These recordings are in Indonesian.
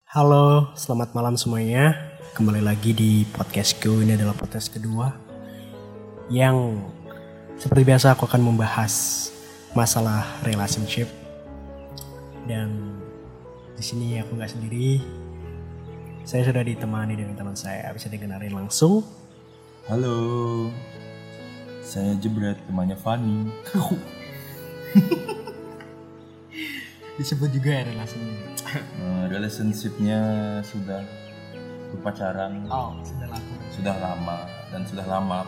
Halo, selamat malam semuanya. Kembali lagi di podcastku. Ini adalah podcast kedua yang seperti biasa aku akan membahas masalah relationship. Dan di sini aku nggak sendiri. Saya sudah ditemani dengan teman saya. Bisa dikenalin langsung. Halo, saya Jebret, temannya Fanny. Disebut juga ya relasinya. Relationship-nya sudah berpacaran. Oh, sudah lama. Sudah lama dan sudah lama.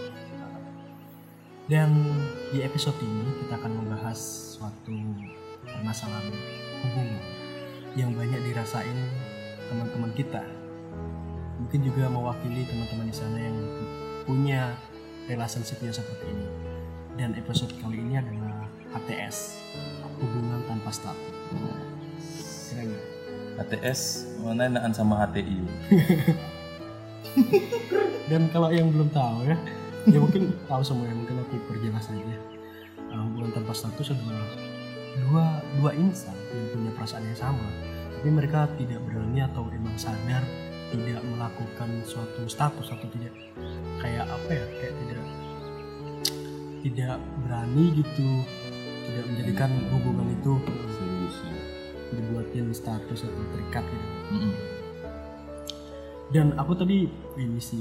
Dan di episode ini kita akan membahas suatu permasalahan hubungan yang banyak dirasain teman-teman kita. Mungkin juga mewakili teman-teman di sana yang punya relationship yang seperti ini. Dan episode kali ini adalah HTS, hubungan tanpa status. Keren gak? HTS mana enakan sama HTI. Dan kalau yang belum tahu ya mungkin tahu semuanya, mungkin aku perjelas aja. Hubungan tanpa status adalah dua insan yang punya perasaan yang sama, tapi mereka tidak berani atau emang sadar tidak melakukan suatu status atau tidak kayak tidak berani gitu, tidak menjadikan hubungan itu Serius. dibuatin status atau terikat gitu. Dan aku tadi ini sih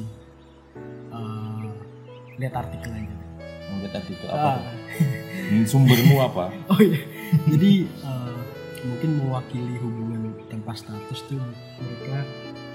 lihat artikel aja. Lihat artikel apa? Sumbermu apa? Oh iya. Jadi mungkin mewakili hubungan tanpa status tuh mereka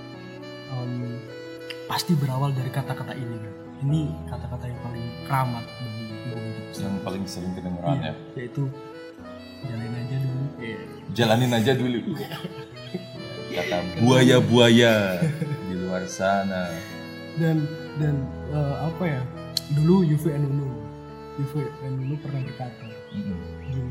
pasti berawal dari kata-kata ini kan. Ini kata-kata yang paling keramat bagi hubungan tanpa status. Yang paling sering kedengeran ya. Yaitu jalanin aja dulu. Jalanin aja dulu. Kata buaya-buaya di luar sana. Dan apa ya? Dulu Yuve and Nunu pernah berkata gini,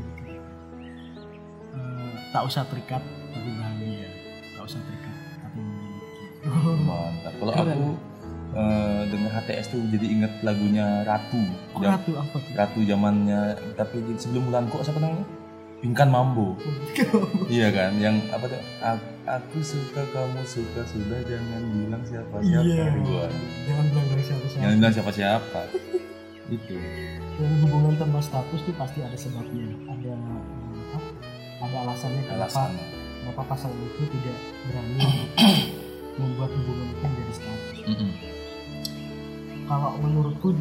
tak usah terikat tapi bahagia, tak usah terikat tapi memiliki. Mantap. Kalau aku dengar HTS tuh jadi inget lagunya Ratu. Ratu apa tuh? Ratu zamannya, tapi sebelum Bulan Kok siapa namanya? Pinkan Mambo. Iya kan, yang apa tuh? Aku suka, kamu suka, sudah jangan bilang siapa-siapa. Iya. Jangan bilang dari siapa-siapa. Jangan bilang siapa-siapa. Itu. Dan hubungan tanpa status tuh pasti ada sebabnya, ada alasannya kenapa pasangan itu tidak berani membuat hubungan itu menjadi status. Kalau menurutku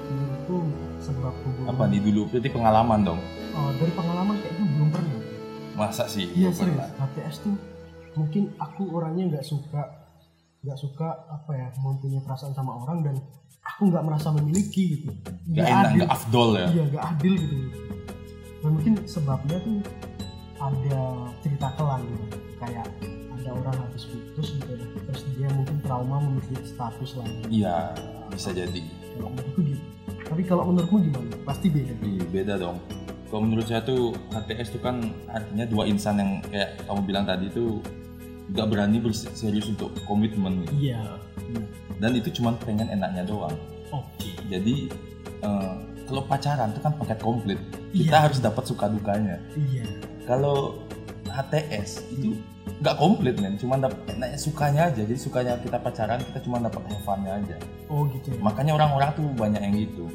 sebab hubungan. Apa nih dulu? Berarti pengalaman dong. Dari pengalaman kayaknya belum pernah. Masa sih? Iya serius. HTS tuh mungkin aku orangnya nggak suka apa ya, mempunyai perasaan sama orang dan aku nggak merasa memiliki gitu. Nggak enak, nggak afdol ya? Iya, nggak adil gitu. Dan mungkin sebabnya tuh ada cerita kelam gitu. Kayak ada orang habis putus gitu, terus dia mungkin trauma memiliki status lagi. Iya, bisa jadi. Kalau menurutku gitu. Tapi kalau menurutmu gimana? Pasti beda. Iya, beda dong. Kalau menurut saya tuh HTS tuh kan artinya dua insan yang kayak kamu bilang tadi tuh nggak berani berserius untuk komitmen gitu. Iya. Dan itu cuma pengen enaknya doang. Oke. Jadi kalau pacaran tuh kan paket komplit. Iya. Kita harus dapat suka dukanya. Iya. Kalau HTS itu nggak komplit men, cuma dapat enaknya sukanya aja. Jadi sukanya kita pacaran, kita cuma dapat have fun-nya aja. Oh gitu ya. Makanya orang-orang tuh banyak yang gitu.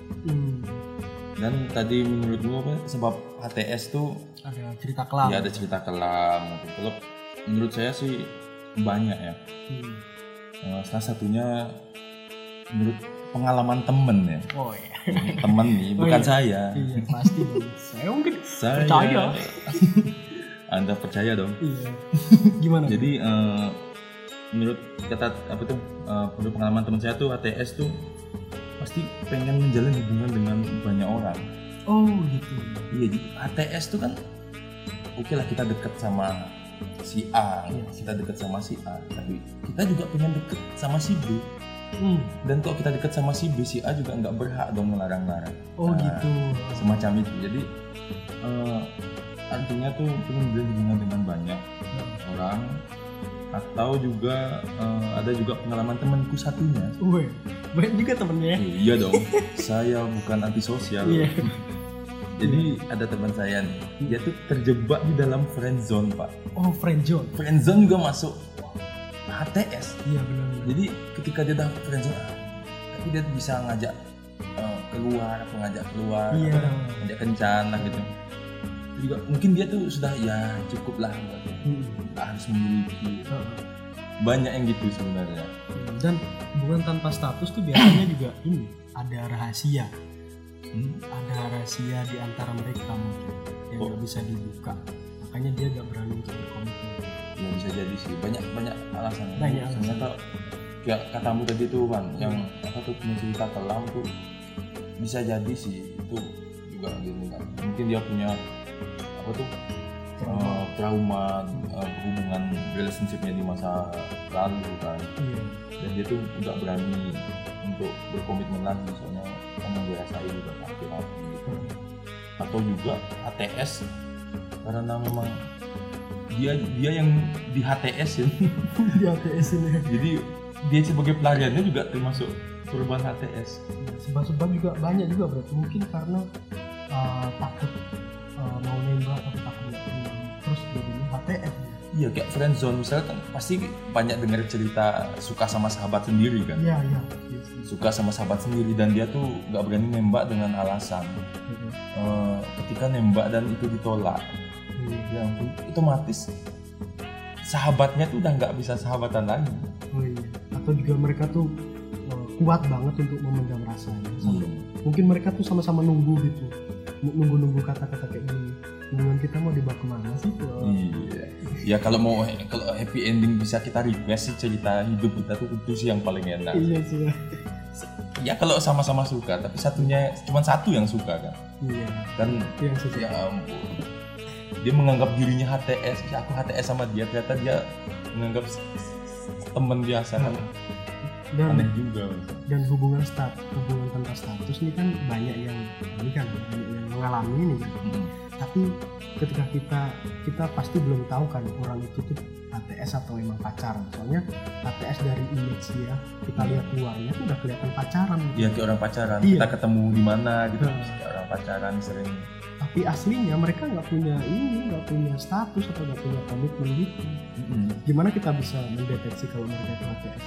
Dan tadi menurutmu apa sebab HTS tuh ada cerita kelam? Ya ada cerita kelam. Kalau menurut saya sih banyak ya. Salah satunya menurut pengalaman temen ya. Oh iya. Temen nih, bukan saya. Iya pasti dong. Saya mungkin Saya percaya. Anda percaya dong. Iya. Gimana? Jadi menurut kata apa tuh menurut pengalaman teman saya tuh HTS tuh pasti pengen menjalin hubungan dengan banyak orang. Oh gitu. Iya, jadi HTS tuh kan oke lah kita deket sama si A, kita deket sama si A, tapi kita juga pengen deket sama si B. Dan kalau kita deket sama si B, si A juga nggak berhak dong melarang-larang. Oh gitu. Semacam itu. Jadi artinya tuh pengen menjalin hubungan dengan banyak orang. Atau juga ada juga pengalaman temanku satunya. Wih, banyak juga temennya. Iya dong, saya bukan antisosial. Jadi ada teman saya nih, dia tuh terjebak di dalam friend zone, Pak. Oh, friend zone. Friend zone juga masuk HTS. Iya benar. Jadi ketika dia udah friendzone, tapi dia bisa ngajak keluar, Iya. ngajak kencan lah gitu. Juga mungkin dia tuh sudah ya cukup lah, nggak harus memiliki. Banyak yang gitu sebenarnya. Dan hubungan tanpa status tuh biasanya juga ini ada rahasia. Ada rahasia di antara mereka mungkin yang nggak bisa dibuka. Makanya dia nggak berani untuk berkomitmen. Ya bisa jadi sih, banyak alasan. Banyak alasan. Ternyata kayak katamu tadi tuh kan, yang apa tuh punya cerita kelam tuh bisa jadi sih itu juga gini kan. Mungkin dia punya apa tuh trauma hubungan relationship-nya di masa lalu kan. Dan dia tuh nggak berani untuk berkomitmen lagi soalnya kan yang dia rasain juga sakit hati gitu. Atau juga HTS karena memang dia yang di HTS Di HTS ini. Jadi dia sebagai pelariannya juga termasuk korban HTS. Sebab-sebab juga banyak juga berarti mungkin karena takut mau nembak atau takut terus jadinya HTS. Iya kayak friendzone misalnya kan pasti banyak dengar cerita suka sama sahabat sendiri kan. Iya. Suka sama sahabat sendiri dan dia tuh nggak berani nembak dengan alasan ketika nembak dan itu ditolak. Ya ampun, otomatis sahabatnya tuh udah nggak bisa sahabatan lagi. Atau juga mereka tuh kuat banget untuk memendam rasanya. Mungkin mereka tuh sama-sama nunggu gitu, nunggu kata-kata kayak gini. Hubungan kita mau dibawa kemana sih? Iya. Ya kalau happy ending bisa kita request sih cerita hidup kita tuh itu sih yang paling enak. Iya sih. Ya kalau sama-sama suka, tapi cuma satu yang suka kan. Iya. Kan yang suka. Ya ampun. Dia menganggap dirinya HTS, aku HTS sama dia, ternyata dia menganggap teman biasa kan. Aneh juga. Dan hubungan tanpa status ini kan banyak yang mengalami ini kan. Tapi ketika kita pasti belum tahu kan orang itu tuh HTS atau emang pacaran. Soalnya HTS dari image dia, kita lihat luarnya tuh udah kelihatan pacaran. Iya kayak orang pacaran. Iya. Kita ketemu di mana gitu, kayak orang pacaran sering. Tapi aslinya mereka nggak punya status atau nggak punya komitmen gitu. Gimana kita bisa mendeteksi kalau mereka itu HTS?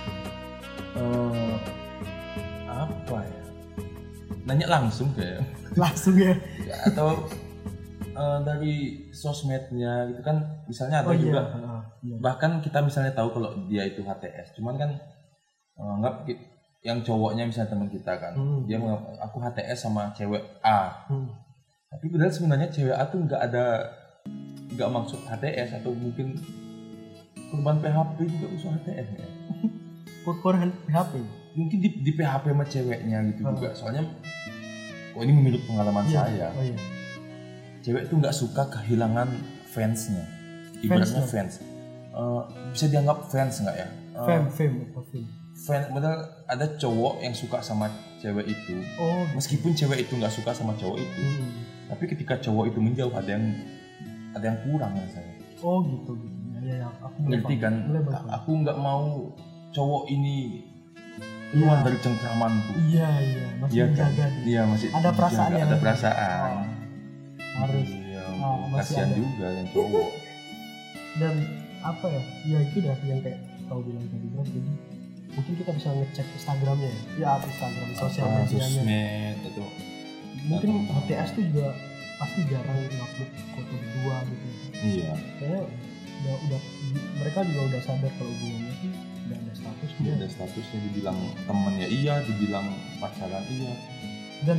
Apa ya? Nanya langsung kayak. Langsung ya? Atau dari sosmednya gitu kan, misalnya ada juga. Iya. Bahkan kita misalnya tahu kalau dia itu HTS, cuman kan nggak yang cowoknya misalnya teman kita kan, dia menganggap aku HTS sama cewek A. Tapi padahal sebenarnya cewek A tuh nggak maksud HTS atau mungkin korban PHP juga usul HTS ya. Korban PHP? Mungkin di PHP sama ceweknya gitu juga. Soalnya, ini menurut pengalaman saya. Cewek tuh nggak suka kehilangan fansnya. Ibaratnya fans. Bisa dianggap fans nggak ya? Fans, padahal ada cowok yang suka sama cewek itu. Meskipun cewek itu nggak suka sama cowok itu. Tapi ketika cowok itu menjauh ada yang kurang rasanya. Gitu. Ya, aku ngerti kan? Aku nggak mau cowok ini keluar dari cengkramanku. Iya, masih menjaga. Iya, masih ada perasaan yang ada perasaan. Harus. Kasihan juga yang cowok. Dan apa ya? Ya itu dah yang kayak kau bilang tadi kan. Jadi mungkin kita bisa ngecek Instagramnya ya. Instagram sosial medianya. Mungkin HTS tuh juga pasti jarang ngupload foto berdua gitu. Iya. Kayaknya mereka juga udah sadar kalau hubungannya tuh udah ada statusnya. Udah ada statusnya, dibilang teman ya iya, dibilang pacaran iya. Dan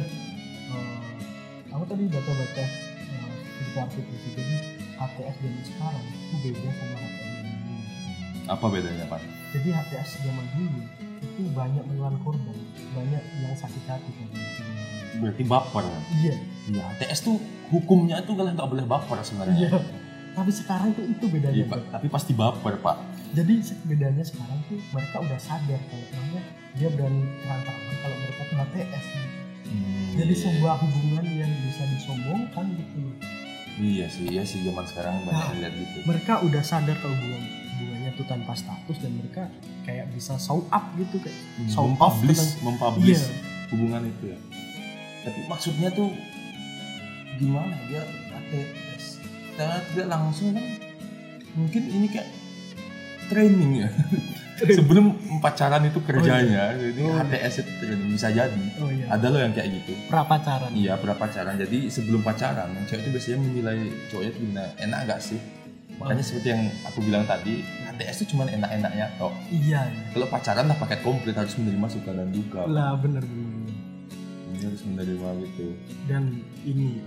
aku tadi baca cerita artikel sih, jadi HTS zaman sekarang itu beda sama HTS zaman dulu. Apa bedanya Pak? Jadi HTS zaman dulu itu banyak menelan korban, banyak yang sakit hati kan. Berarti baper kan? Iya. Iya, HTS tuh hukumnya tuh kalau nggak boleh baper sebenarnya. Iya. Tapi sekarang tuh itu bedanya. Iya, Pak. Tapi pasti baper Pak. Jadi bedanya sekarang tuh mereka udah sadar kalau dia berani terang-terangan kalau mereka tuh HTS. Jadi sebuah hubungan yang bisa disombongkan gitu. Iya sih zaman sekarang banyak lihat gitu. Mereka udah sadar kalau hubungannya tuh tanpa status dan mereka kayak bisa show up gitu kayak mempublish hubungan itu ya. Tapi maksudnya tuh gimana dia HTS? Karena tidak langsung kan mungkin ini kayak training ya. Sebelum pacaran itu kerjanya, jadi HTS itu training bisa jadi. Ada loh yang kayak gitu. Prapacaran. Iya, prapacaran. Jadi sebelum pacaran, yang cewek itu biasanya menilai cowoknya itu gimana, enak gak sih? Makanya seperti yang aku bilang tadi, HTS itu cuma enak-enaknya toh. Iya. Kalau pacaran lah paket komplit, harus menerima suka dan duka. Lah bener. Ini harus menerima gitu. Dan ini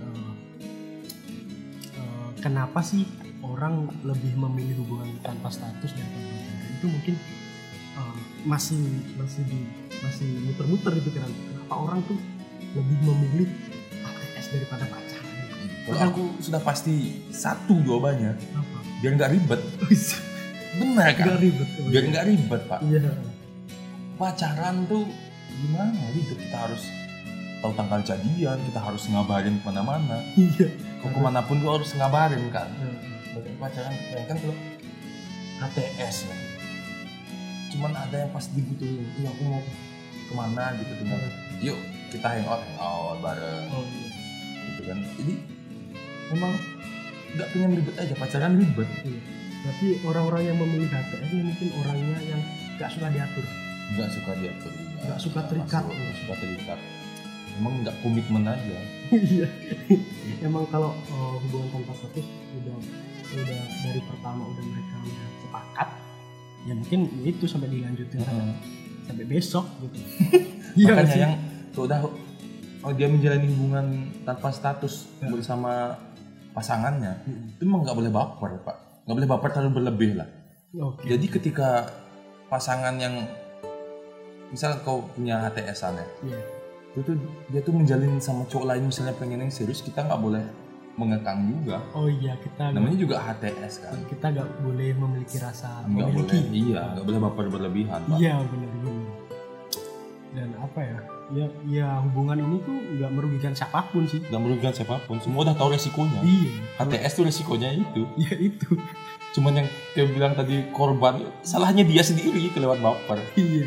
kenapa sih orang lebih memilih hubungan tanpa status daripada pacaran? Itu mungkin masih muter-muter di pikiran. Kenapa orang tuh lebih memilih HTS daripada pacaran? Kalau aku sudah pasti satu jawabannya. Apa? Biar nggak ribet. Benar kan? Biar nggak ribet pak. Iya. Pacaran tuh gimana gitu, kita harus tahu tanggal jadian, kita harus ngabarin kemana-mana. Iya. Kau kemanapun tuh harus ngabarin kan. Pacaran kan kalau HTS ya. Cuman ada yang pas dibutuhin, aku mau kemana gitu dengan, yuk kita hangout bareng, gitu kan. Jadi memang nggak pengen ribet aja, pacaran ribet. Tapi orang-orang yang memilih HTS ini mungkin orangnya yang nggak suka diatur, nggak suka terikat. Emang nggak komitmen aja. Iya. Emang kalau hubungan tanpa status udah dari pertama mereka udah sepakat, ya mungkin itu sampai dilanjutin sampai besok gitu. Iya, makanya yang udah dia menjalani hubungan tanpa status bersama pasangannya, itu memang nggak boleh baper pak, nggak boleh baper terlalu berlebih lah. Jadi ketika pasangan yang misal kau punya HTS-an ya, itu dia tuh menjalin sama cowok lain misalnya pengen yang serius, kita nggak boleh mengekang juga. Oh iya, kita namanya juga HTS kan. Kita nggak boleh memiliki rasa memiliki. Iya, nggak boleh baper berlebihan pak. Iya benar. Dan apa ya? Ya hubungan ini tuh nggak merugikan siapapun sih. Nggak merugikan siapapun. Semua udah tahu resikonya. Iya. HTS tuh resikonya itu. Iya itu. Cuman yang kayak bilang tadi korban, salahnya dia sendiri kelewat baper. Iya.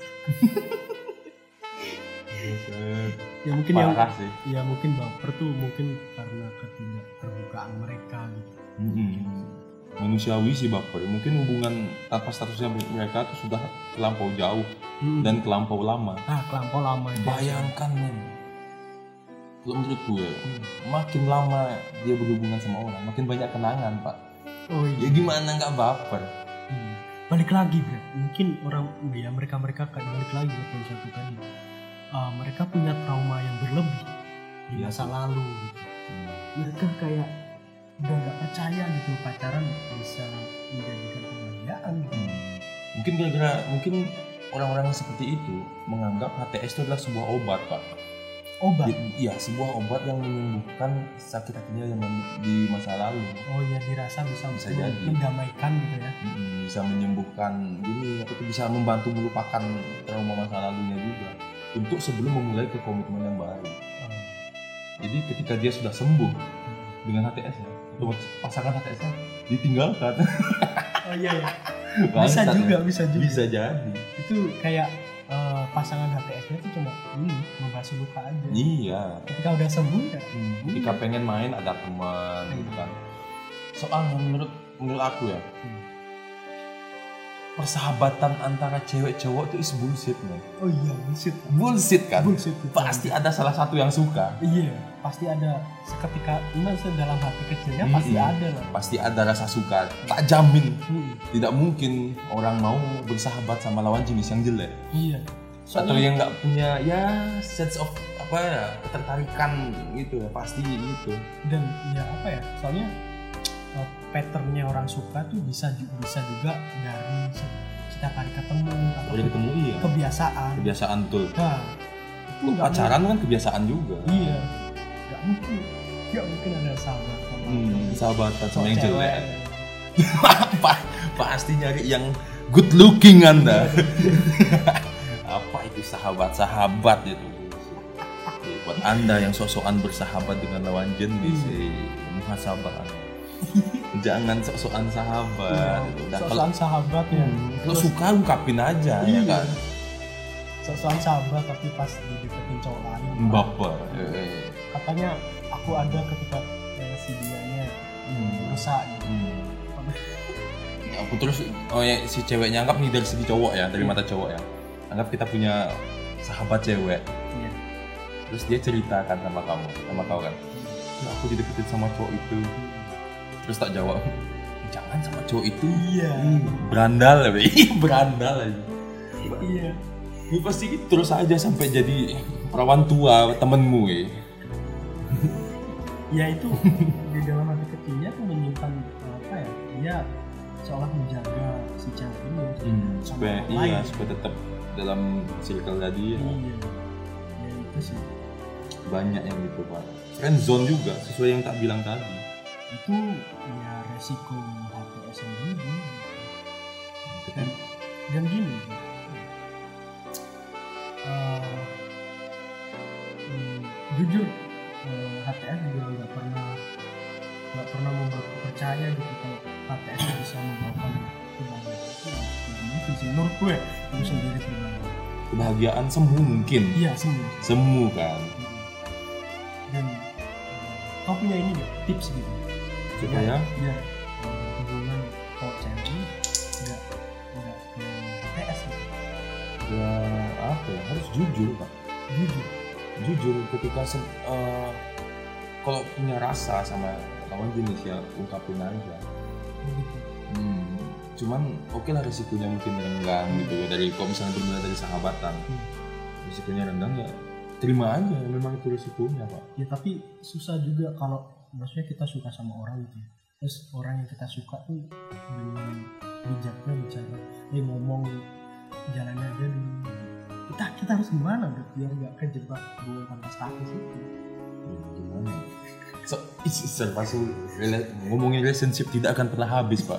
Ya mungkin parah sih. Ya mungkin baper tuh mungkin karena ketidakterbukaan mereka gitu. Manusiawi sih baper. Mungkin hubungan tanpa statusnya mereka tuh sudah terlampau jauh dan terlampau lama. Terlampau lama. Bayangkan men, kalau menurut gue makin lama dia berhubungan sama orang, makin banyak kenangan pak. Oh iya. Ya gimana nggak baper? Balik lagi bro, mungkin orang ya mereka kayak balik lagi ke poin satu tadi. Mereka punya trauma yang berlebih di masa lalu gitu. Mereka kayak udah nggak percaya gitu pacaran bisa menjadikan kebahagiaan gitu. Mungkin orang-orang seperti itu menganggap HTS itu adalah sebuah obat pak. Obat? Iya, sebuah obat yang menyembuhkan sakit hatinya yang di masa lalu. Oh iya, dirasa bisa jadi mendamaikan gitu ya. Bisa menyembuhkan bisa membantu melupakan trauma masa lalunya juga untuk sebelum memulai ke komitmen yang baru. Jadi ketika dia sudah sembuh dengan HTS ya, pasangan HTS-nya ditinggalkan. Oh iya ya. Bisa juga. Bisa jadi. Itu kayak pasangan HTS-nya itu cuma membahas luka aja. Iya. Ketika udah sembuh ya. Ketika pengen main ada teman gitu kan. Soalnya menurut aku ya, persahabatan antara cewek cowok itu is bullshit man. Oh iya, bullshit kan. Bullshit. Pasti ada salah satu yang suka. Iya, pasti ada seketika dalam hati kecilnya pasti ada lah. Pasti ada rasa suka. Tak jamin. Tidak mungkin orang mau bersahabat sama lawan jenis yang jelek. Iya. Atau yang nggak punya sense of ketertarikan gitu ya, pasti gitu. Dan ya soalnya patternnya orang suka tuh bisa juga dari setiap hari ketemu atau iya. Kebiasaan betul. Nah, pacaran kan kebiasaan juga. Iya. Gak mungkin ada sahabatan sama yang jelek. Pasti nyari yang good looking Anda. Apa itu sahabat itu? Buat Anda yang sok-sokan bersahabat dengan lawan jenis, muhasabah. Jangan sok-sokan sahabat. Sok-sokan sahabat ya. Kalau suka ungkapin aja ya kan. Sok-sokan sahabat tapi pas dideketin cowok lain baper. Katanya aku ada ketika si dianya rusak gitu. aku terus si ceweknya anggap nih dari segi cowok ya, dari mata cowok ya, anggap kita punya sahabat cewek. Iya. Terus dia ceritakan sama kau kan, ya, aku dideketin sama cowok itu. Terus tak jawab, jangan sama cowok itu. Iya. Berandal ya, berandal aja. Iya. Ini pasti terus aja sampai jadi perawan tua temenmu ya. Ya itu di dalam hati kecilnya tuh menyimpan apa ya? Dia seolah menjaga si cewek ini supaya supaya tetap dalam circle tadi ya. Iya. Ya itu sih. Banyak yang gitu Pak. Friend zone juga sesuai yang tak bilang tadi. Itu ya resiko HTS sendiri. Dan gini. Jujur HTS juga nggak pernah membuat percaya gitu kalau HTS bisa membawakan kebahagiaan. Mungkin sih menurut gue sendiri pribadi. Kebahagiaan semu mungkin. Iya semu kan. Dan kau punya ini nggak tips gitu supaya biar hubungan cowok cewek nggak ke HTS gitu. Ya apa ya, harus jujur Pak. Jujur ketika kalau punya rasa sama lawan jenis ya ungkapin aja. Cuman oke lah risikonya mungkin renggang gitu ya, dari kalau misalnya benar dari sahabatan risikonya renggang ya terima aja, memang itu risikonya Pak. Ya tapi susah juga kalau maksudnya kita suka sama orang gitu ya, terus orang yang kita suka tuh dengan bijaknya bicara ngomong jalannya aja dulu, kita harus gimana biar nggak kejebak hubungan tanpa status itu. Gimana ngomongin relationship tidak akan pernah habis Pak.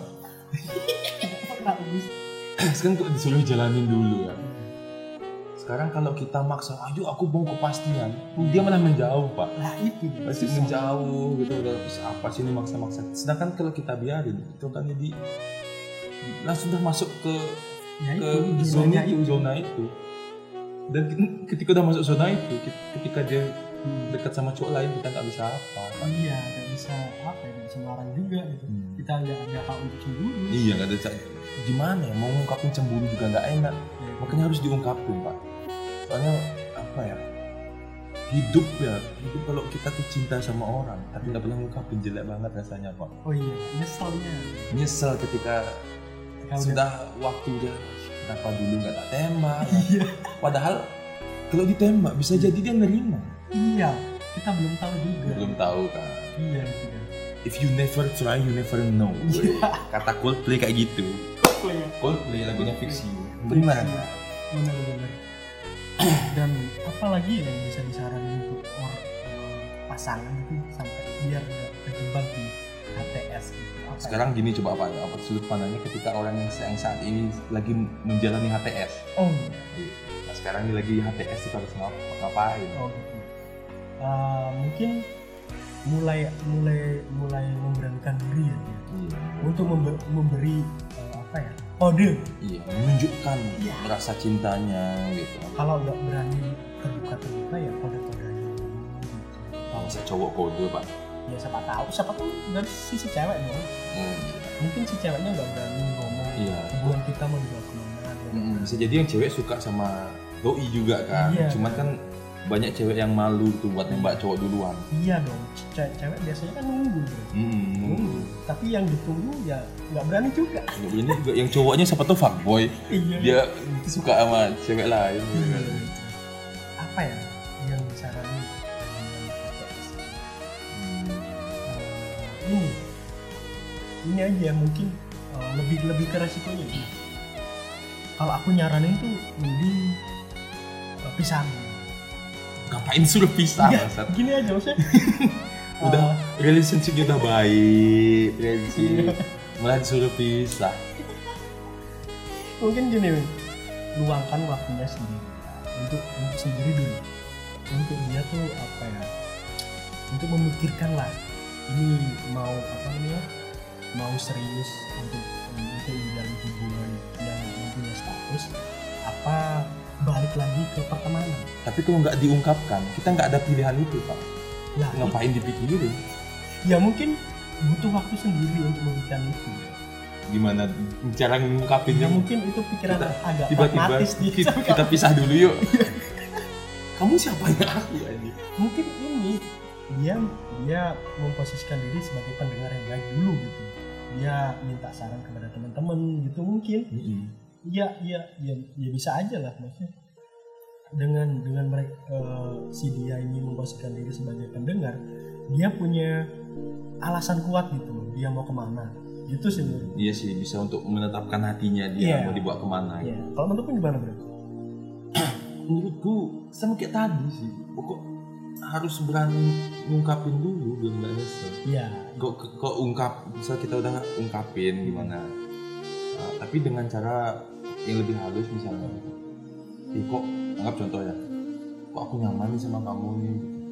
Sekarang kok disuruh jalanin dulu kan. Sekarang kalau kita maksa, ayo aku mau kepastian, dia malah menjauh Pak. Nah itu pasti menjauh gitu, terus apa sih ini maksa-maksa. Sedangkan kalau kita biarin, itu kan jadi langsung udah masuk ke zona itu. Dan ketika udah masuk zona itu, ketika dia dekat sama cowok lain, kita nggak bisa apa. Iya, nggak bisa apa ya, nggak bisa melarang juga gitu. Kita nggak ada hak untuk cemburu. Iya, nggak ada. Gimana ya, mau ngungkapin cemburu juga nggak enak. Makanya harus diungkapin Pak. Soalnya apa ya, hidup kalau kita tuh cinta sama orang tapi nggak pernah ngungkapin, jelek banget rasanya Pak. Oh iya, nyesel ketika sudah waktunya, kenapa dulu nggak tak tembak. Iya. Padahal kalau ditembak bisa jadi dia nerima. Iya, kita belum tahu juga. Belum tahu kan. Iya. If you never try, you never know. Kata Coldplay kayak gitu. Coldplay lagunya Fix You. Benar. Dan apalagi yang bisa disaranin untuk pasangan itu sampai biar nggak terjebak di HTS gitu. Sekarang gini, coba apa sudut pandangnya ketika orang yang saat ini lagi menjalani HTS. Oh iya. Nah, sekarang ini lagi HTS itu harus ngapain? Oh gitu. Mungkin mulai memberanikan diri ya. Untuk memberi kode. Iya, menunjukkan rasa cintanya gitu. Kalau nggak berani terbuka ya kode-kodenya gitu. Masa cowok kode Pak? Ya siapa tahu dari sisi cewek dong. Mungkin si ceweknya nggak berani ngomong hubungan kita mau dibawa kemana. Bisa jadi yang cewek suka sama doi juga kan. Iya, cuman kan banyak cewek yang malu tuh buat nembak cowok duluan. Iya dong, cewek biasanya kan nunggu. Nunggu. Tapi yang ditunggu ya nggak berani juga. Ini juga yang cowoknya siapa tuh fuckboy. Iya. Dia suka sama cewek lain. Apa ya yang disaranin? Ini aja mungkin lebih ke resikonya. Kalau aku nyaranin tuh mending pisah. Ngapain suruh pisah? Ya, gini aja maksudnya. Udah relationship-nya udah baik, malah disuruh pisah. Mungkin gini, luangkan waktunya sendiri untuk sendiri dulu. Untuk dia tuh apa ya? Untuk memikirkan lah. Ini mau serius untuk menjalin hubungan yang mempunyai status apa balik lagi ke pertemanan. Tapi kalau nggak diungkapkan, kita nggak ada pilihan itu Pak. Lah, ngapain dipikirin? Ya mungkin butuh waktu sendiri untuk memikirkan itu. gimana cara ngungkapinnya. Mungkin itu pikiran agak tiba-tiba pragmatis kita pisah dulu yuk. Kamu siapanya aku ini? Mungkin ini dia memposisikan diri sebagai pendengar yang baik dulu gitu. Dia minta saran kepada teman-teman gitu mungkin. Ya bisa aja lah maksudnya. Dengan mereka si dia ini memposisikan diri sebagai pendengar, dia punya alasan kuat gitu loh. Dia mau kemana? Gitu sih menurut. Iya sih, bisa untuk menetapkan hatinya dia mau dibawa kemana. Iya. Kalau menurutku gimana bro? Menurutku sama kayak tadi sih, pokok harus berani ngungkapin dulu biar nggak nyesel. Iya. Kok ungkap, misal kita udah ungkapin gimana, tapi dengan cara yang lebih halus misalnya. Kok anggap contoh ya, kok aku nyaman nih sama kamu nih.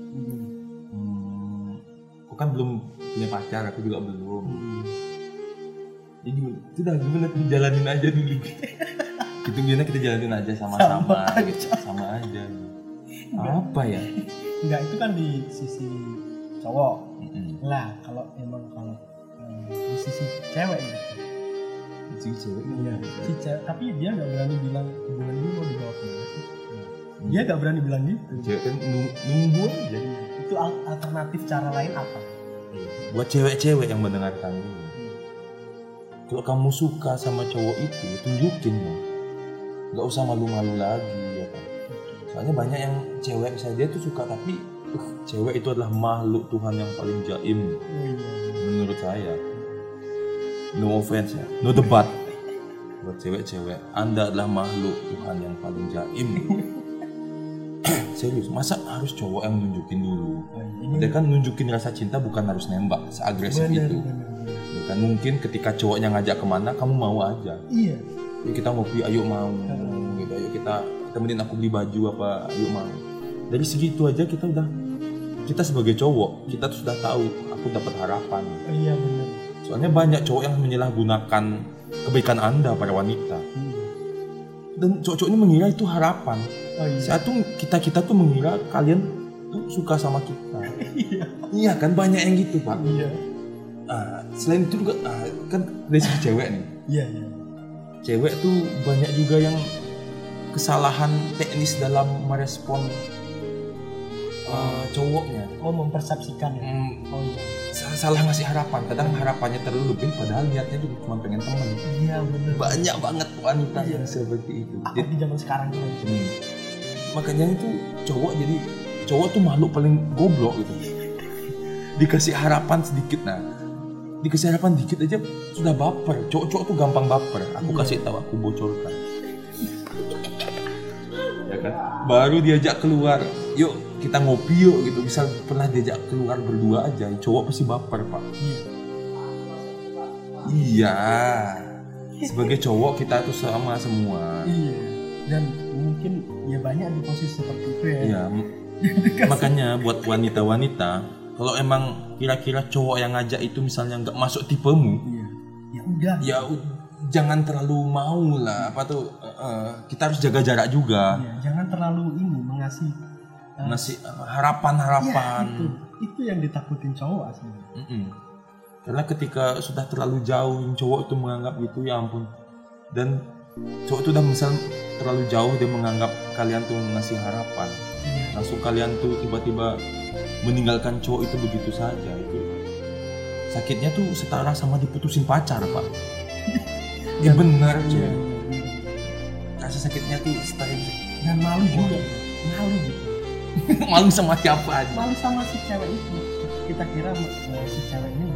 Kok kan belum punya pacar, aku juga belum. Jadi gimana tuh jalanin aja dulu. Gitu gimana kita jalanin aja sama-sama aja. Apa ya? Enggak, itu kan di sisi cowok. Lah kalau di sisi cewek gitu. Si cewek iya. Si cewek, tapi dia nggak berani bilang hubungan ini mau dibawa kemana sih. Dia nggak berani bilang gitu. Cewek kan nunggu aja. Itu alternatif cara lain apa? Buat cewek-cewek yang mendengarkan dulu. Kalau kamu suka sama cowok itu, tunjukin dong. Gak usah malu-malu lagi ya kan. Soalnya banyak yang cewek misalnya dia tuh suka tapi cewek itu adalah makhluk Tuhan yang paling jaim. Menurut saya. No offense ya, no debat. Buat cewek-cewek, Anda adalah makhluk Tuhan yang paling jaim. Serius, masa harus cowok yang nunjukin dulu? Dia kan nunjukin rasa cinta bukan harus nembak seagresif itu. Kan mungkin ketika cowoknya ngajak kemana, kamu mau aja. Iya. Yuk kita ngopi, ayo mau. Gitu, ayo kita temenin aku beli baju apa, ayo mau. Dari segitu aja kita sebagai cowok, kita tuh sudah tahu aku dapat harapan. Iya benar. Soalnya banyak cowok yang menyalahgunakan kebaikan Anda para wanita. Dan cowok-cowok ini mengira itu harapan. Saat tuh kita tuh mengira kalian tuh suka sama kita. Iya kan, banyak yang gitu Pak. Iya. Selain itu juga kan dari sisi cewek nih. Iya. Cewek tuh banyak juga yang kesalahan teknis dalam merespon cowoknya. Mempersepsikan ya. Iya. Salah ngasih harapan. Kadang harapannya terlalu lebih padahal niatnya juga cuma pengen teman. Iya benar. Banyak banget wanita yang seperti itu. Jadi di zaman sekarang gitu. Makanya itu cowok tuh makhluk paling goblok gitu. Dikasih harapan sedikit aja sudah baper. Cowok tuh gampang baper. Aku kasih tahu, aku bocorkan. Ya kan? Baru diajak keluar, yuk kita ngopi yuk gitu. Misal pernah diajak keluar berdua aja, cowok pasti baper Pak. Iya. Sebagai cowok kita tuh sama semua. Iya. Dan mungkin ya banyak di posisi seperti itu ya. Iya. Makanya buat wanita-wanita, kalau emang kira-kira cowok yang ngajak itu misalnya nggak masuk tipemu, ya jangan terlalu mau lah. Kita harus jaga jarak juga. Iya, jangan terlalu mengasih harapan. Ya, itu yang ditakutin cowok aslinya. Karena ketika sudah terlalu jauh, cowok itu menganggap gitu, ya ampun. Dan cowok itu udah misal terlalu jauh, dia menganggap kalian tuh ngasih harapan. Langsung kalian tuh tiba-tiba meninggalkan cowok itu begitu saja. Itu sakitnya tuh setara sama diputusin pacar Pak. Ya benar cuy. Rasa sakitnya tuh setara. Dan malu juga. Malu gitu. Malu sama siapa aja? Malu sama si cewek itu. Kita kira si cewek ini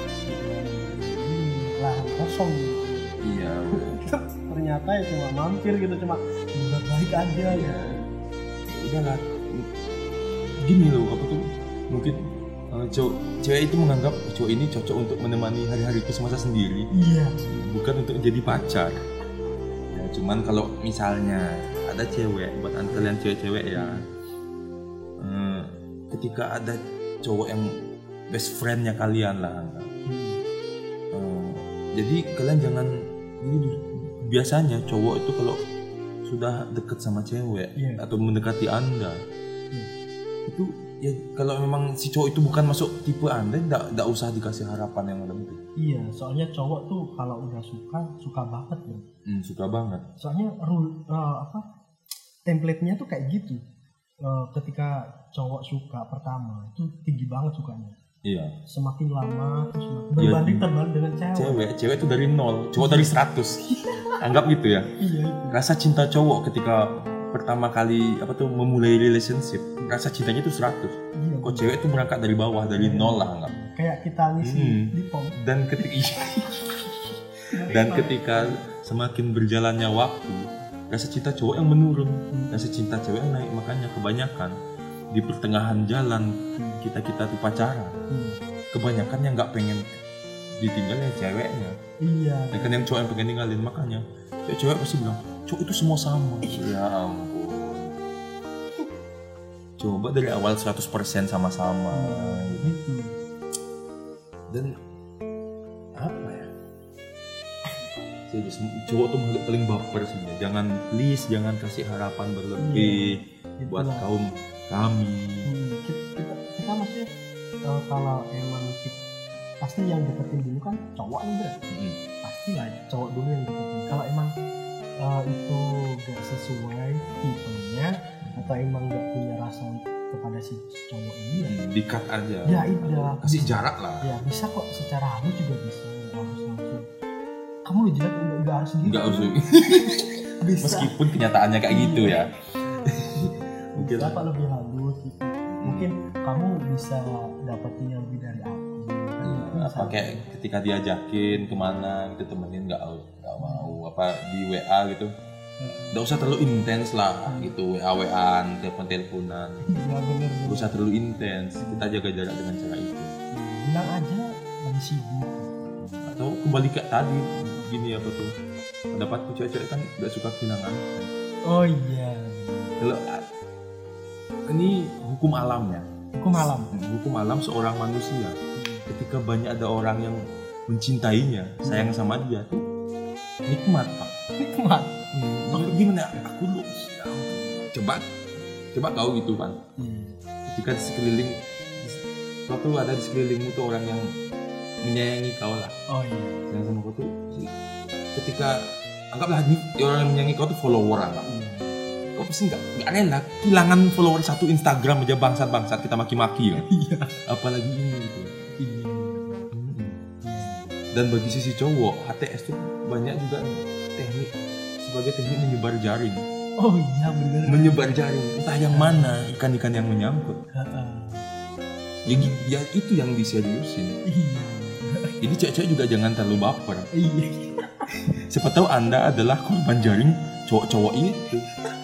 lahan kosong gitu. Iya. Ternyata ya cuma mampir gitu, cuma baik aja ya. Udahlah. Gini loh, mungkin cewek itu menganggap cowok ini cocok untuk menemani hari-hariku semasa sendiri. Iya. Bukan untuk jadi pacar. Ya, cuman kalau misalnya ada cewek, buat kalian cewek-cewek ya, ketika ada cowok yang best friendnya kalian lah, jadi kalian jangan biasanya cowok itu kalau sudah deket sama cewek atau mendekati Anda, itu ya kalau memang si cowok itu bukan masuk tipe Anda, enggak usah dikasih harapan yang lebih. Iya, soalnya cowok tuh kalau udah suka banget ya. Suka banget. Soalnya template-nya tuh kayak gitu. Ketika cowok suka pertama itu tinggi banget sukanya. Iya. Semakin lama terus berbanding terbalik dengan Cewek itu dari 0, cowok dari 100. Anggap gitu ya. Iya. Rasa cinta cowok ketika pertama kali memulai relationship, rasa cintanya itu 100. Iya. Kok cewek itu berangkat dari bawah, dari 0 lah anggap. Kayak kita ngisi di pom. Dan ketika semakin berjalannya waktu, rasa cinta cowok yang menurun, rasa cinta cewek yang naik. Makanya kebanyakan di pertengahan jalan kita tuh pacaran, kebanyakan yang nggak pengen ditinggalin ceweknya. Iya. Dan kan yang cowok yang pengen ninggalin, makanya cewek pasti bilang cowok itu semua sama. Ya ampun. Coba dari awal 100% sama-sama gitu. Dan apa ya? Cowok tuh makhluk paling baper sebenarnya. Jangan kasih harapan berlebih buat kaum kami. Kita maksudnya kalau emang pasti yang deketin dulu kan cowok juga. Pasti lah cowok dulu yang deketin. Kalau emang itu gak sesuai tipenya atau emang gak punya rasa kepada si cowok ini, di-cut aja. Ya udah. Kasih jarak lah. Ya bisa kok, secara halus juga bisa. Harus langsung. Kamu jelek, enggak harus gitu. Enggak harus. Bisa. Meskipun kenyataannya kayak gitu ya. Mungkin apa lebih halus gitu. Mungkin kamu bisa dapetin yang lebih dari aku. Apa kayak ketika diajakin kemana gitu, temenin nggak mau, apa di WA gitu, nggak usah terlalu intens lah gitu, WA-WAan, teleponan. Iya bener. Nggak usah terlalu intens, kita jaga jarak dengan cara itu. Bilang aja lagi sibuk. Atau kembali ke tadi gini pendapatku, cewek-cewek kan nggak suka kehilangan. Oh iya. Kalau ini hukum alam ya. Hukum alam seorang manusia. Ketika banyak ada orang yang mencintainya, sayang sama dia tuh nikmat, Pak. Nikmat. Gimana? Aku lu coba kau gitu kan. Ketika di sekeliling kau ada di sekelilingmu tuh orang yang menyayangi kau lah. Oh iya. Sayang sama kau tuh. Ketika anggaplah orang yang menyayangi kau tuh follower anggap. Kau pasti nggak rela kehilangan follower satu Instagram aja, bangsat kita maki-maki kan. Iya. Apalagi ini gitu. Dan bagi sisi cowok, HTS tuh banyak juga teknik sebagai teknik menyebar jaring. Oh iya bener. Menyebar jaring, entah yang mana ikan-ikan yang menyangkut. Ya itu yang diseriusin. Iya. Jadi cewek-cewek juga jangan terlalu baper. Iya. Siapa tahu Anda adalah korban jaring cowok-cowok itu.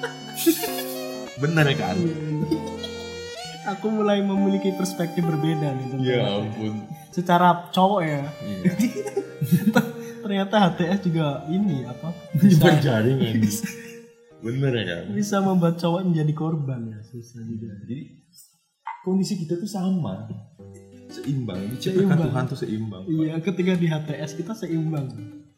Benar kan? Aku mulai memiliki perspektif berbeda nih. Ya ampun. Secara cowok ya. Iya. Ternyata HTS juga ini menyebar jaring kan. Bener ya kan? Bisa membuat cowok menjadi korban ya, susah juga. Jadi kondisi kita tuh sama, seimbang. Diciptakan Tuhan tuh seimbang. Iya, ketika di HTS kita seimbang.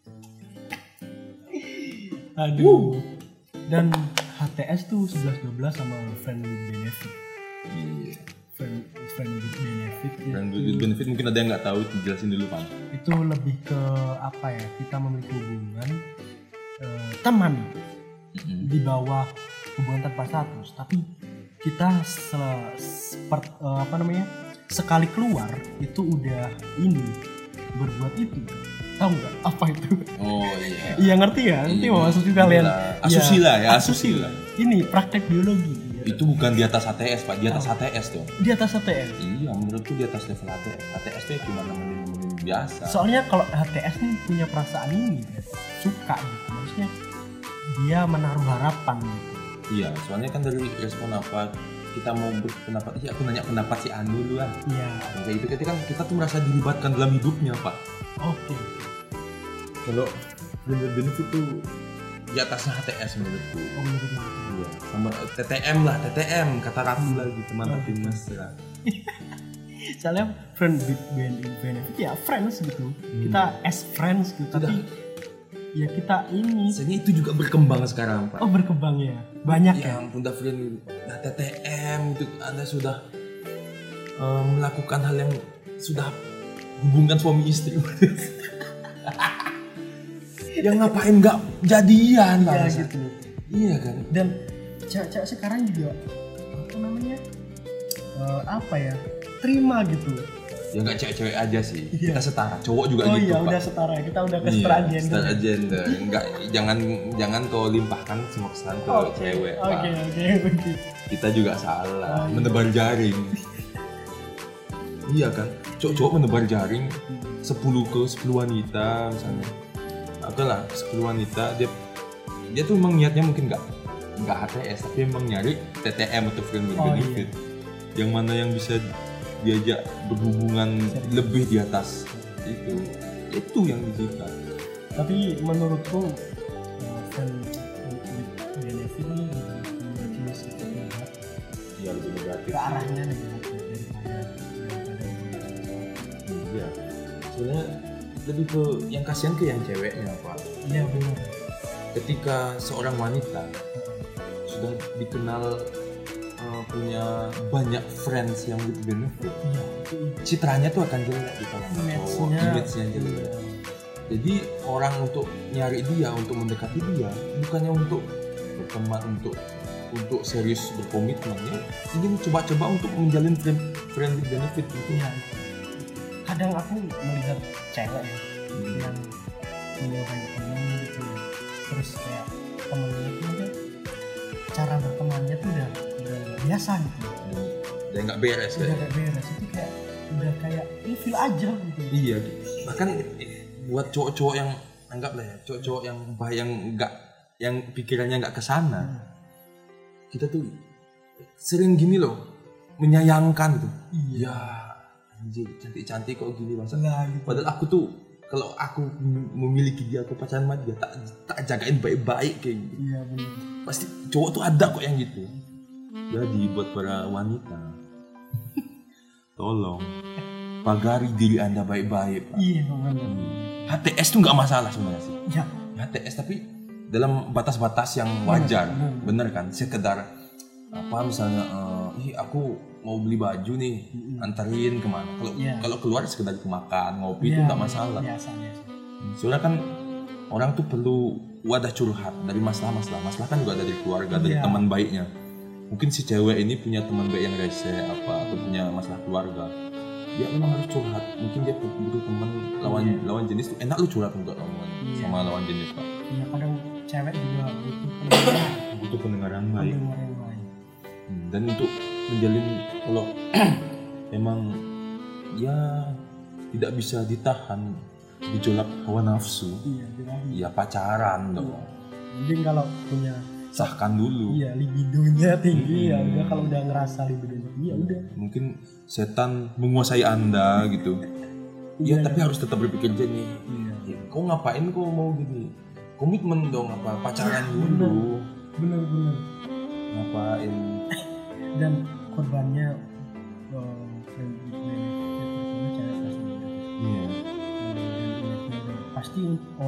Aduh. Dan HTS tuh 11-12 sama friend with benefit. Iya. Friend with benefit. Friend with benefit mungkin ada yang nggak tahu, dijelasin dulu Pak. Itu lebih ke apa ya? Kita memiliki hubungan teman di bawah hubungan tanpa status, tapi kita sekali keluar itu udah ini berbuat itu. Tahu nggak apa itu? Oh iya. Iya ngerti ya? Ngerti maksudnya kalian? Asusila ya, asusila. Ini praktek biologi. Itu bukan di atas HTS Pak, di atas HTS tuh. Di atas HTS? Iya, menurutku di atas level HTS. HTS tuh cuma nemenin biasa. Soalnya kalau HTS nih punya perasaan ini, suka gitu. Maksudnya dia menaruh harapan gitu. Iya, soalnya kan dari respon apa kita mau berpendapat, iya aku nanya pendapat si Anu dulu lah. Iya. Kayak itu ketika kita tuh merasa dilibatkan dalam hidupnya Pak. Oke. Kalau benefit tuh di atasnya HTS menurutku. Oh menurutku. Iya. Sama TTM lah, TTM kata Ratu lagi teman hati mesra. Soalnya friend with benefit ya friends gitu. Kita as friends gitu. Tapi ya kita ini. Sebenarnya itu juga berkembang sekarang Pak. Oh berkembang ya. Banyak ya. Yang ampun friend, TTM itu Anda sudah melakukan hal yang sudah hubungan suami istri. Yang ngapain nggak jadian lah gitu. Iya kan. Dan cewek-cewek sekarang juga apa namanya terima gitu. Ya nggak cewek-cewek aja sih, Iya. kita setara, cowok juga Oh gitu iya Pak. udah setara, kita udah kesetaraan gender. Setara gender. Nggak, jangan kau limpahkan semua kesalahan ke cewek Pak. Oke begitu. Kita juga salah, Oh, iya. menebar jaring. Iya kan, cowok menebar jaring 10 wanita misalnya. Atau lah 10 wanita, dia tuh emang niatnya mungkin nggak HTS, tapi emang nyari TTM atau friend with benefit. Iya. Yang mana yang bisa diajak berhubungan lebih di atas itu yang kita. Tapi menurutku friend with benefit ini lebih negatif. Iya, lebih negatif. Ke arahnya negatif daripada Iya. Soalnya lebih ke yang kasihan ke yang ceweknya Pak. iya benar. Ketika seorang wanita sudah dikenal punya banyak friends yang with benefit, Iya. citranya tuh akan jelek di kalangan cowok, image-nya jelek. Iya. Jadi orang untuk nyari dia, untuk mendekati dia, bukannya untuk berteman, untuk serius berkomitmen, ya ingin coba-coba untuk menjalin friend with benefit gitu. Iya. Kadang aku melihat cewek yang punya banyak teman gitu, terus kayak temennya tuh udah cara bertemannya tuh udah biasa gitu. Dan nggak beres Udah kayak. gak beres, itu kayak udah kayak feel aja gitu. Iya, bahkan buat cowok-cowok yang anggaplah ya, cowok-cowok yang yang pikirannya nggak kesana, kita tuh sering gini loh, menyayangkan tuh. Iya. Ya, anjir, cantik-cantik kok gini bangsa. Nah, gitu. Padahal aku tuh kalau aku memiliki dia, aku pacaran sama dia, tak jagain baik-baik kayak gitu. Iya benar. Pasti cowok tuh ada kok yang gitu. Jadi buat para wanita, tolong pagari diri Anda baik-baik Pak. Iya benar. HTS tuh nggak masalah sebenarnya sih. Ya. HTS tapi dalam batas-batas yang wajar, Bener. bener kan? Sekedar apa misalnya, aku mau beli baju nih, anterin kemana? Kalau keluar sekedar ke makan, ngopi itu nggak masalah. Biasa. Soalnya kan orang tuh perlu wadah curhat dari masalah-masalah. Masalah kan juga dari keluarga, dari teman baiknya. Mungkin si cewek ini punya teman baik yang rese atau punya masalah keluarga. Dia memang harus curhat. Mungkin dia butuh teman lawan jenis tuh enak lu curhat juga sama lawan jenis Pak. Iya kadang cewek juga Butuh pendengaran baik. pendengar yang baik. Dan untuk menjalin kalau emang ya tidak bisa ditahan gejolak hawa nafsu, ya pacaran dong. Mungkin kalau punya Sahkan dulu. iya libidonya tinggi ya udah, kalau udah ngerasa libidonya tinggi ya udah. Mungkin setan menguasai Anda gitu. Ya tapi harus tetap berpikir jernih. Ya, kau ngapain kau mau gini? Komitmen dong, apa pacaran dulu. Bener. Ngapain? Dan korbannya friend with benefit terutama cewek pasti. Iya. Pasti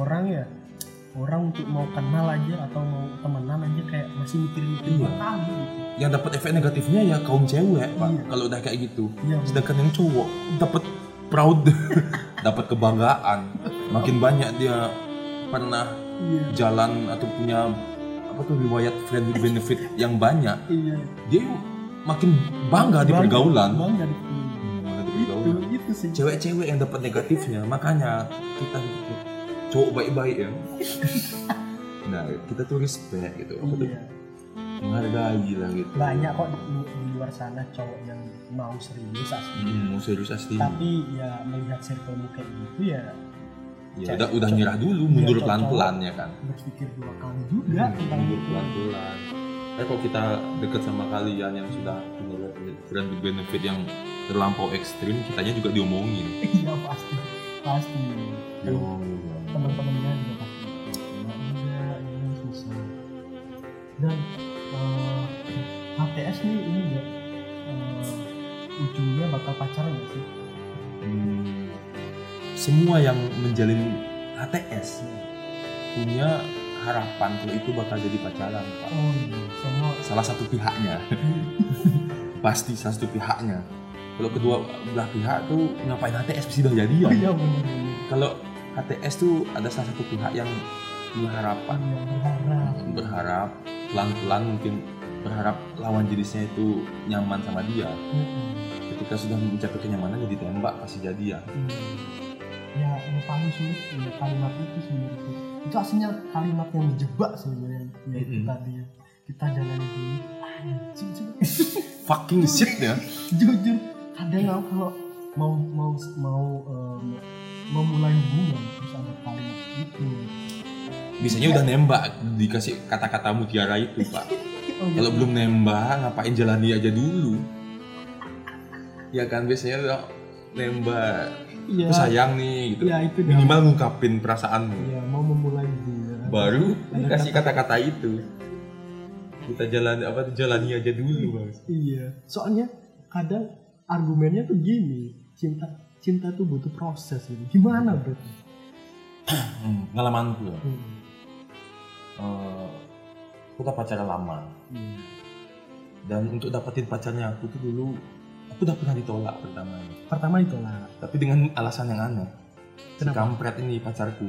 orang untuk mau kenal aja atau mau temenan aja kayak masih mikir-mikir dua kali gitu. Yang dapat efek negatifnya ya kaum cewek Pak. Iya. Kalau udah kayak gitu. Iya, Sedangkan yang cowok dapat proud, dapat kebanggaan. Makin banyak dia pernah jalan atau punya riwayat friend with benefit yang banyak. Iya. Dia makin bangga di pergaulan. Bangga di pergaulan. Itu sih. Cewek-cewek yang dapat negatifnya, makanya kita cowok baik-baik ya. Nah, kita tuh respect gitu. Apa tuh? Menghargai lah gitu. Banyak kok di luar sana cowok yang mau serius asli. Mau serius asli. Tapi ya melihat circle kayak gitu ya udah nyerah dulu, mundur pelan-pelan ya kan. Berpikir dua kali juga tentang mundur itu. pelan-pelan. Kalau kita deket sama kalian yang sudah punya friend with benefit yang terlampau ekstrim, kitanya juga diomongin. Iya pasti. Diomongin. Teman-temannya juga pasti. Enggak, ini susah. Dan HTS nih ini ya ujungnya bakal pacaran nggak sih? Semua yang menjalin HTS punya harapan kalau itu bakal jadi pacaran Pak. Oh iya, semua Salah satu pihaknya. Pasti salah satu pihaknya. Kalau kedua belah pihak tuh ngapain HTS mesti udah jadian. Iya benar. Kalau HTS tuh ada salah satu pihak yang punya harapan, berharap pelan-pelan mungkin berharap lawan jenisnya itu nyaman sama dia. Ketika sudah mencapai kenyamanan jadi tembak pasti jadian. Ya yang paling sulit ya, kalimat itu sebenarnya itu aslinya kalimat yang menjebak sebenarnya, yaitu tadi kita jalani dulu. Fucking shit ya. Jujur kadang aku kalau mau mulai hubungan terus ada kalimat itu. Biasanya udah nembak dikasih kata-kata mutiara itu pak. Kalau belum nembak ngapain jalani aja dulu. Ya kan biasanya udah nembak. Iya. Aku sayang nih gitu. Ya, itu minimal ngungkapin perasaanmu. Iya, mau memulai hubungan. Baru dikasih kata-kata itu. Kita jalani aja dulu bang. Iya. Soalnya kadang argumennya tuh gini, cinta tuh butuh proses gitu. Gimana bro? Pengalamanku ya. Aku udah pacaran lama. Dan untuk dapetin pacarnya aku tuh dulu aku udah pernah ditolak pertama ditolak, tapi dengan alasan yang aneh. Si Kenapa? kampret ini pacarku.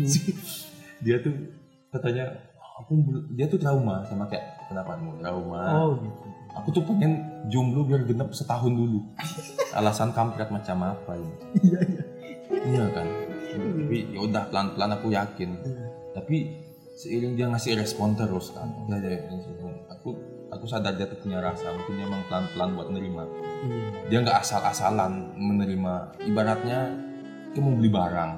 Dia tuh katanya dia tuh trauma sama kayak kenapaanmu trauma. Oh gitu. Aku tuh pengen jomblo biar genep setahun dulu. Alasan kampret macam apa ini? Iya kan. Tapi ya udah pelan-pelan aku yakin. Tapi seiring dia ngasih respon terus kan. Aku sadar dia tuh punya rasa, mungkin dia emang pelan-pelan buat nerima. Dia nggak asal-asalan menerima. Ibaratnya kita mau beli barang,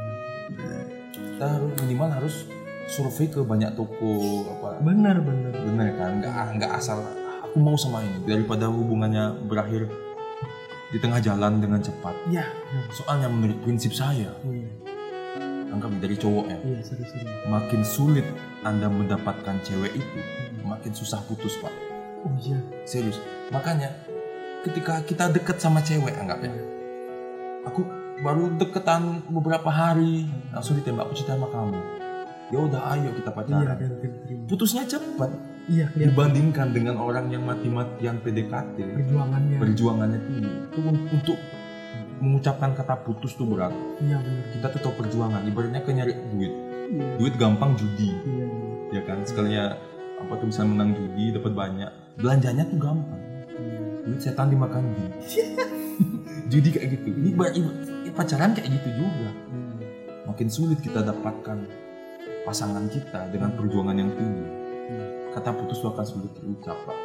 kita minimal harus survei ke banyak toko apa. Benar kan, nggak asal aku mau sama ini daripada hubungannya berakhir di tengah jalan dengan cepat. Iya. Soalnya menurut prinsip saya, anggap dari cowok ya. Iya, serius. Makin sulit Anda mendapatkan cewek itu, makin susah putus pak. Oh iya. Serius. Makanya ketika kita deket sama cewek anggap ya, aku baru deketan beberapa hari langsung ditembak aku cinta sama kamu. Ya udah ayo kita pacaran. Iya, putusnya cepat. Iya, dibandingkan dengan orang yang mati-matian PDKT. Perjuangannya tinggi. Itu untuk mengucapkan kata putus tuh berat. Iya benar. Kita tuh tahu perjuangan. Ibaratnya kayak nyari duit. Duit gampang judi. Iya. Ya kan. Sekalinya apa tuh bisa menang judi dapat banyak. Belanjanya tuh gampang. Duit setan dimakan judi. Judi kayak gitu. Ini pacaran kayak gitu juga. Makin sulit kita dapatkan pasangan kita dengan perjuangan yang tinggi. Kata putus itu akan sulit terucap pak.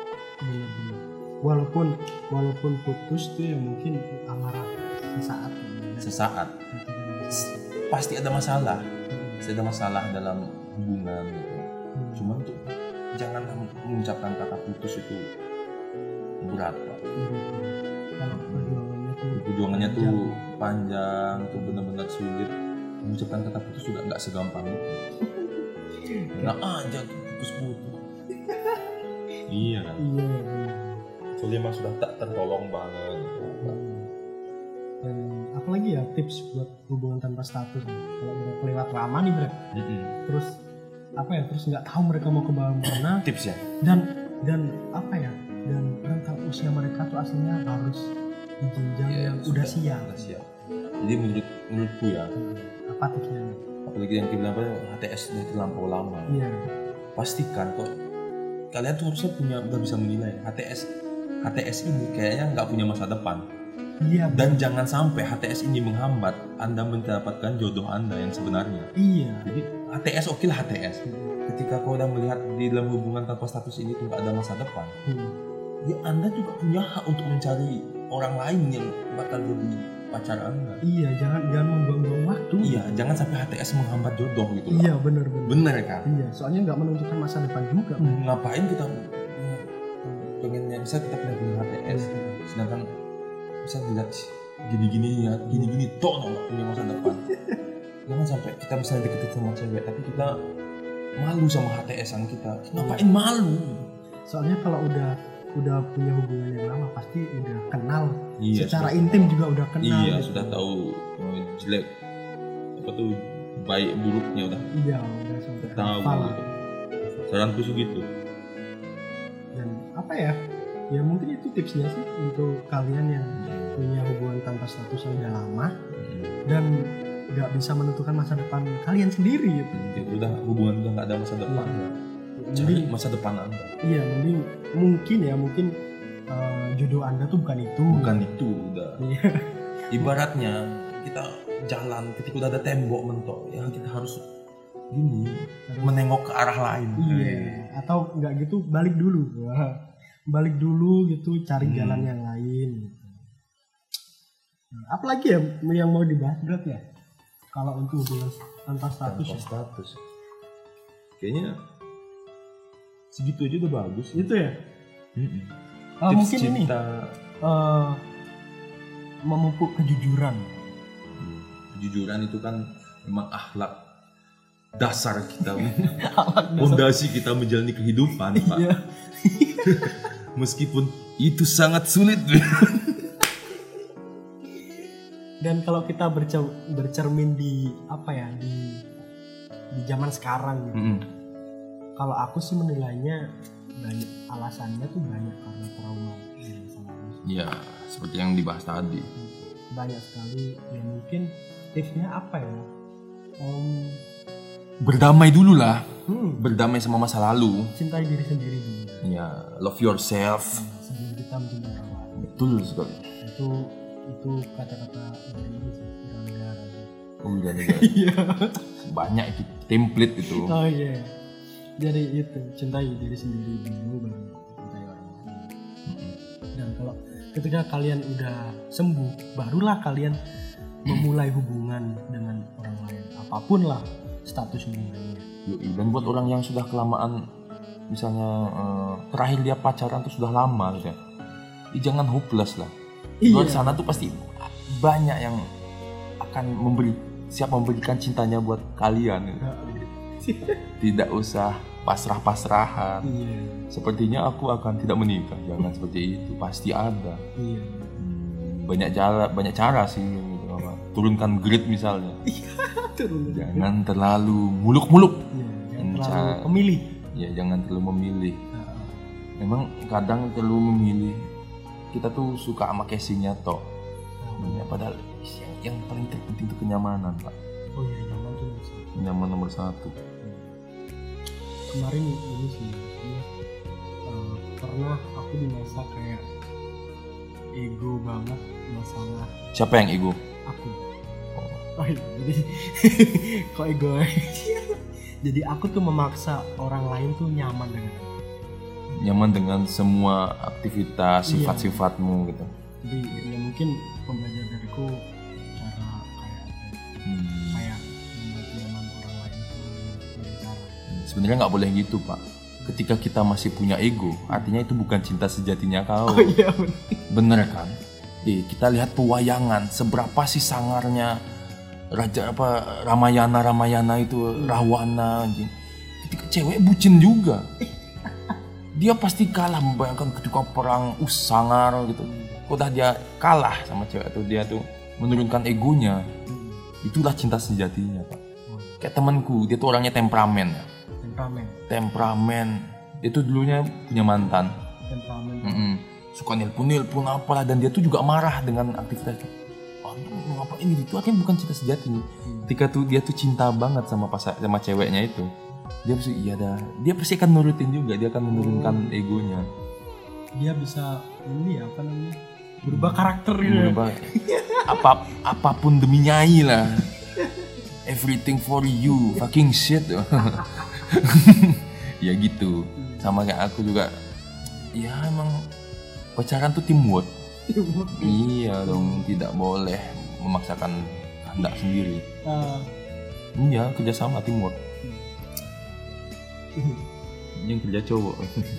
Walaupun putus tuh ya mungkin amarah sesaat. Pasti ada masalah. Ada masalah dalam hubungan gitu. Cuma tuh jangan mengucapkan kata putus itu berat pak. Perjuangannya tuh panjang, tuh benar-benar sulit. Mengucapkan kata putus juga nggak segampang itu. Enak aja putus. Iya kan. Soalnya emang sudah tak tertolong banget. Dan apalagi ya tips buat hubungan tanpa status kalau udah kelewat lama nih Brad. Terus terus nggak tahu mereka mau ke mana. Tips ya. Dan rentang usia mereka tuh aslinya harus di jenjang yang udah siap. Jadi menurutku ya. Apa tipsnya? Apalagi yang kita HTS sudah terlampau lama. Iya. Pastikan kok kalian tuh harusnya udah bisa menilai HTS ini kayaknya nggak punya masa depan. Iya. Dan jangan sampai HTS ini menghambat Anda mendapatkan jodoh Anda yang sebenarnya. Iya. Jadi HTS oke lah HTS. Ketika kau udah melihat di dalam hubungan tanpa status ini tuh nggak ada masa depan, ya Anda juga punya hak untuk mencari orang lain yang bakal jadi pacar Anda. Iya, jangan membuang-buang waktu. Iya, jangan sampai HTS menghambat jodoh gitu. Iya, benar. Benar kan? Iya, soalnya nggak menunjukkan masa depan juga. Ngapain kita pengennya bisa kita punya HTS, sedangkan bisa dilihat gini toh nggak punya masa depan. Jangan sampai kita bisa deketin sama cewek tapi kita malu sama HTS-an kita. Ngapain malu? Soalnya kalau udah punya hubungan yang lama pasti udah kenal. Iya, secara intim juga udah kenal. Iya, gitu. sudah tahu jelek apa tuh baik buruknya udah. Iya, udah sampai tahu. Saranku sih gitu. Dan Ya mungkin itu tipsnya sih untuk kalian yang punya hubungan tanpa status yang udah lama dan nggak bisa menentukan masa depan kalian sendiri gitu. Udah hubungan udah nggak ada masa depan. Cari masa depan Anda. Iya, mungkin jodoh Anda tuh bukan itu. Bukan itu udah. Iya. Ibaratnya kita jalan ketika udah ada tembok mentok, ya kita harus gini menengok ke arah lain. Iya. Atau nggak gitu balik dulu. Balik dulu gitu, cari jalan yang lain. Apalagi ya yang mau dibahas berat ya? Kalau untuk hubungan tanpa status. Status. Kayaknya segitu aja udah bagus. Itu ya? Tips mungkin cinta. Ini memupuk kejujuran. Kejujuran itu kan memang akhlak dasar kita, fondasi kita menjalani kehidupan, Pak. Iya. Meskipun itu sangat sulit. Dan kalau kita bercermin di apa ya di zaman sekarang gitu. Kalau aku sih menilainya banyak alasannya tuh banyak karena trauma di masa lalu. Ya, seperti yang dibahas tadi. Banyak sekali. Ya mungkin tipsnya apa ya? Berdamai dulu lah. Berdamai sama masa lalu. Cintai diri sendiri dulu. Ya, love yourself. Sebelum kita mencintai orang lain. Betul sekali. Itu kata-kata dari ini sih, negara. Oh iya. Banyak itu template itu. Oh iya. Jadi itu cintai diri sendiri dulu baru cintai orang lain. Dan kalau ketika kalian udah sembuh, barulah kalian memulai hubungan dengan orang lain. Apapun lah status hubungannya. Dan buat orang yang sudah kelamaan, misalnya terakhir dia pacaran tuh sudah lama gitu ya, jangan hopeless lah. Luar sana tuh pasti banyak yang akan siap memberikan cintanya buat kalian gitu. Tidak usah pasrah-pasrahan. Sepertinya aku akan tidak menikah. Jangan seperti itu, pasti ada. Banyak cara sih gitu. Turunkan grade misalnya. Jangan terlalu muluk-muluk. Jangan terlalu memilih. Ya, jangan terlalu memilih. Memang kadang terlalu memilih. Kita tuh suka sama casingnya toh. Ya, padahal yang paling terpenting itu kenyamanan, Pak. Oh iya, nyaman tuh nomor satu. Nyaman nomor satu. Kemarin ini sih, pernah aku di masa kayak ego banget masalah. Siapa yang ego? Aku. Oh iya, jadi kok ego? Jadi aku tuh memaksa orang lain tuh nyaman dengan semua aktivitas, sifat-sifatmu gitu. Jadi ya mungkin pembelajaran dariku cara kayak membuat nyaman orang lain itu dengan cara. Sebenarnya nggak boleh gitu, Pak. Ketika kita masih punya ego, artinya itu bukan cinta sejatinya kau. Oh iya bener kan? Kita lihat pewayangan, seberapa sih sangarnya Ramayana itu, Rahwana. Ketika cewek bucin juga, dia pasti kalah. Membayangkan ketika perang sangar gitu, udah dia kalah sama cewek itu, dia tuh menurunkan egonya. Itulah cinta sejatinya, Pak. Kayak temanku, dia tuh orangnya temperamen. Dia tuh dulunya punya mantan. Suka nelpon apalah, dan dia tuh juga marah dengan aktivitas. Ngapain gitu? Itu artinya bukan cinta sejati. Ketika tuh dia tuh cinta banget sama ceweknya itu, dia pasti dia pasti akan nurutin juga, dia akan menurunkan egonya. Dia bisa berubah karakter gitu. Apapun demi nyai lah. Everything for you, fucking shit. Ya gitu. Sama kayak aku juga. Ya emang pacaran tuh teamwork. Iya dong, tidak boleh memaksakan kehendak sendiri. Iya, kerjasama teamwork. Yang kerja cowok.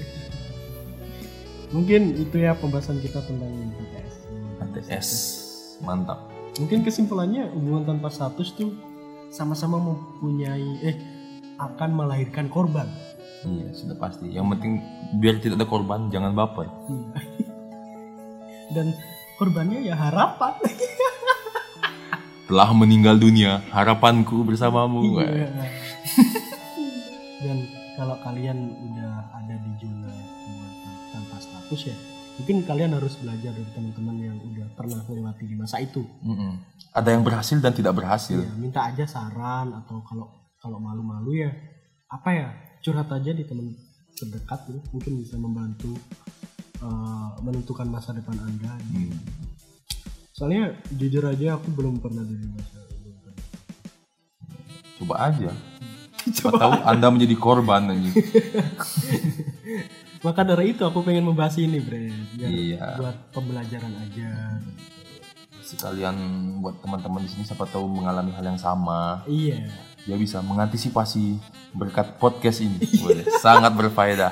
Mungkin itu ya pembahasan kita tentang ATS. Mantap. Mungkin kesimpulannya hubungan tanpa status tuh sama-sama mempunyai akan melahirkan korban. Iya, sudah pasti. Yang penting biar tidak ada korban, jangan baper. Dan korbannya ya harapan. Telah meninggal dunia, harapanku bersamamu. Iya. Dan kalau kalian udah ada di zona tanpa status ya, mungkin kalian harus belajar dari teman-teman yang udah pernah melewati di masa itu. Ada yang berhasil dan tidak berhasil. Ya, minta aja saran, atau kalau malu-malu ya apa ya, curhat aja di teman terdekat gitu. Mungkin bisa membantu menentukan masa depan Anda. Soalnya jujur aja aku belum pernah di masa itu. Coba aja. Siapa tahu Anda menjadi korban aja. Maka dari itu aku pengen membahas ini, Bre. Biar Iya. buat pembelajaran aja. Sekalian buat teman-teman di sini siapa tahu mengalami hal yang sama. Iya. Dia bisa mengantisipasi berkat podcast ini. Boleh. Sangat berfaedah.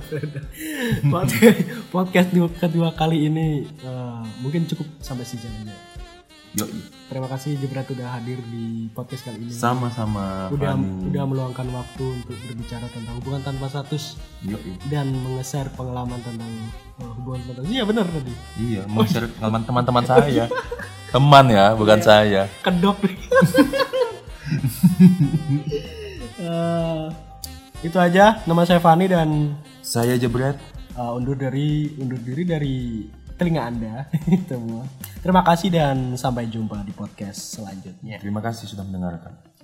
Podcast kedua kali ini mungkin cukup sampai sejam aja. Yoi. Terima kasih Jebret udah hadir di podcast kali ini. Sama-sama. Udah meluangkan waktu untuk berbicara tentang hubungan tanpa status. Yoi. Dan nge-share pengalaman tentang hubungan tanpa status. Iya benar tadi. Iya, mau share pengalaman teman-teman saya. Teman ya, bukan saya. Kedok. Itu aja. Nama saya Fani dan Saya Jebret. undur diri dari telinga Anda semua. Terima kasih dan sampai jumpa di podcast selanjutnya. Terima kasih sudah mendengarkan.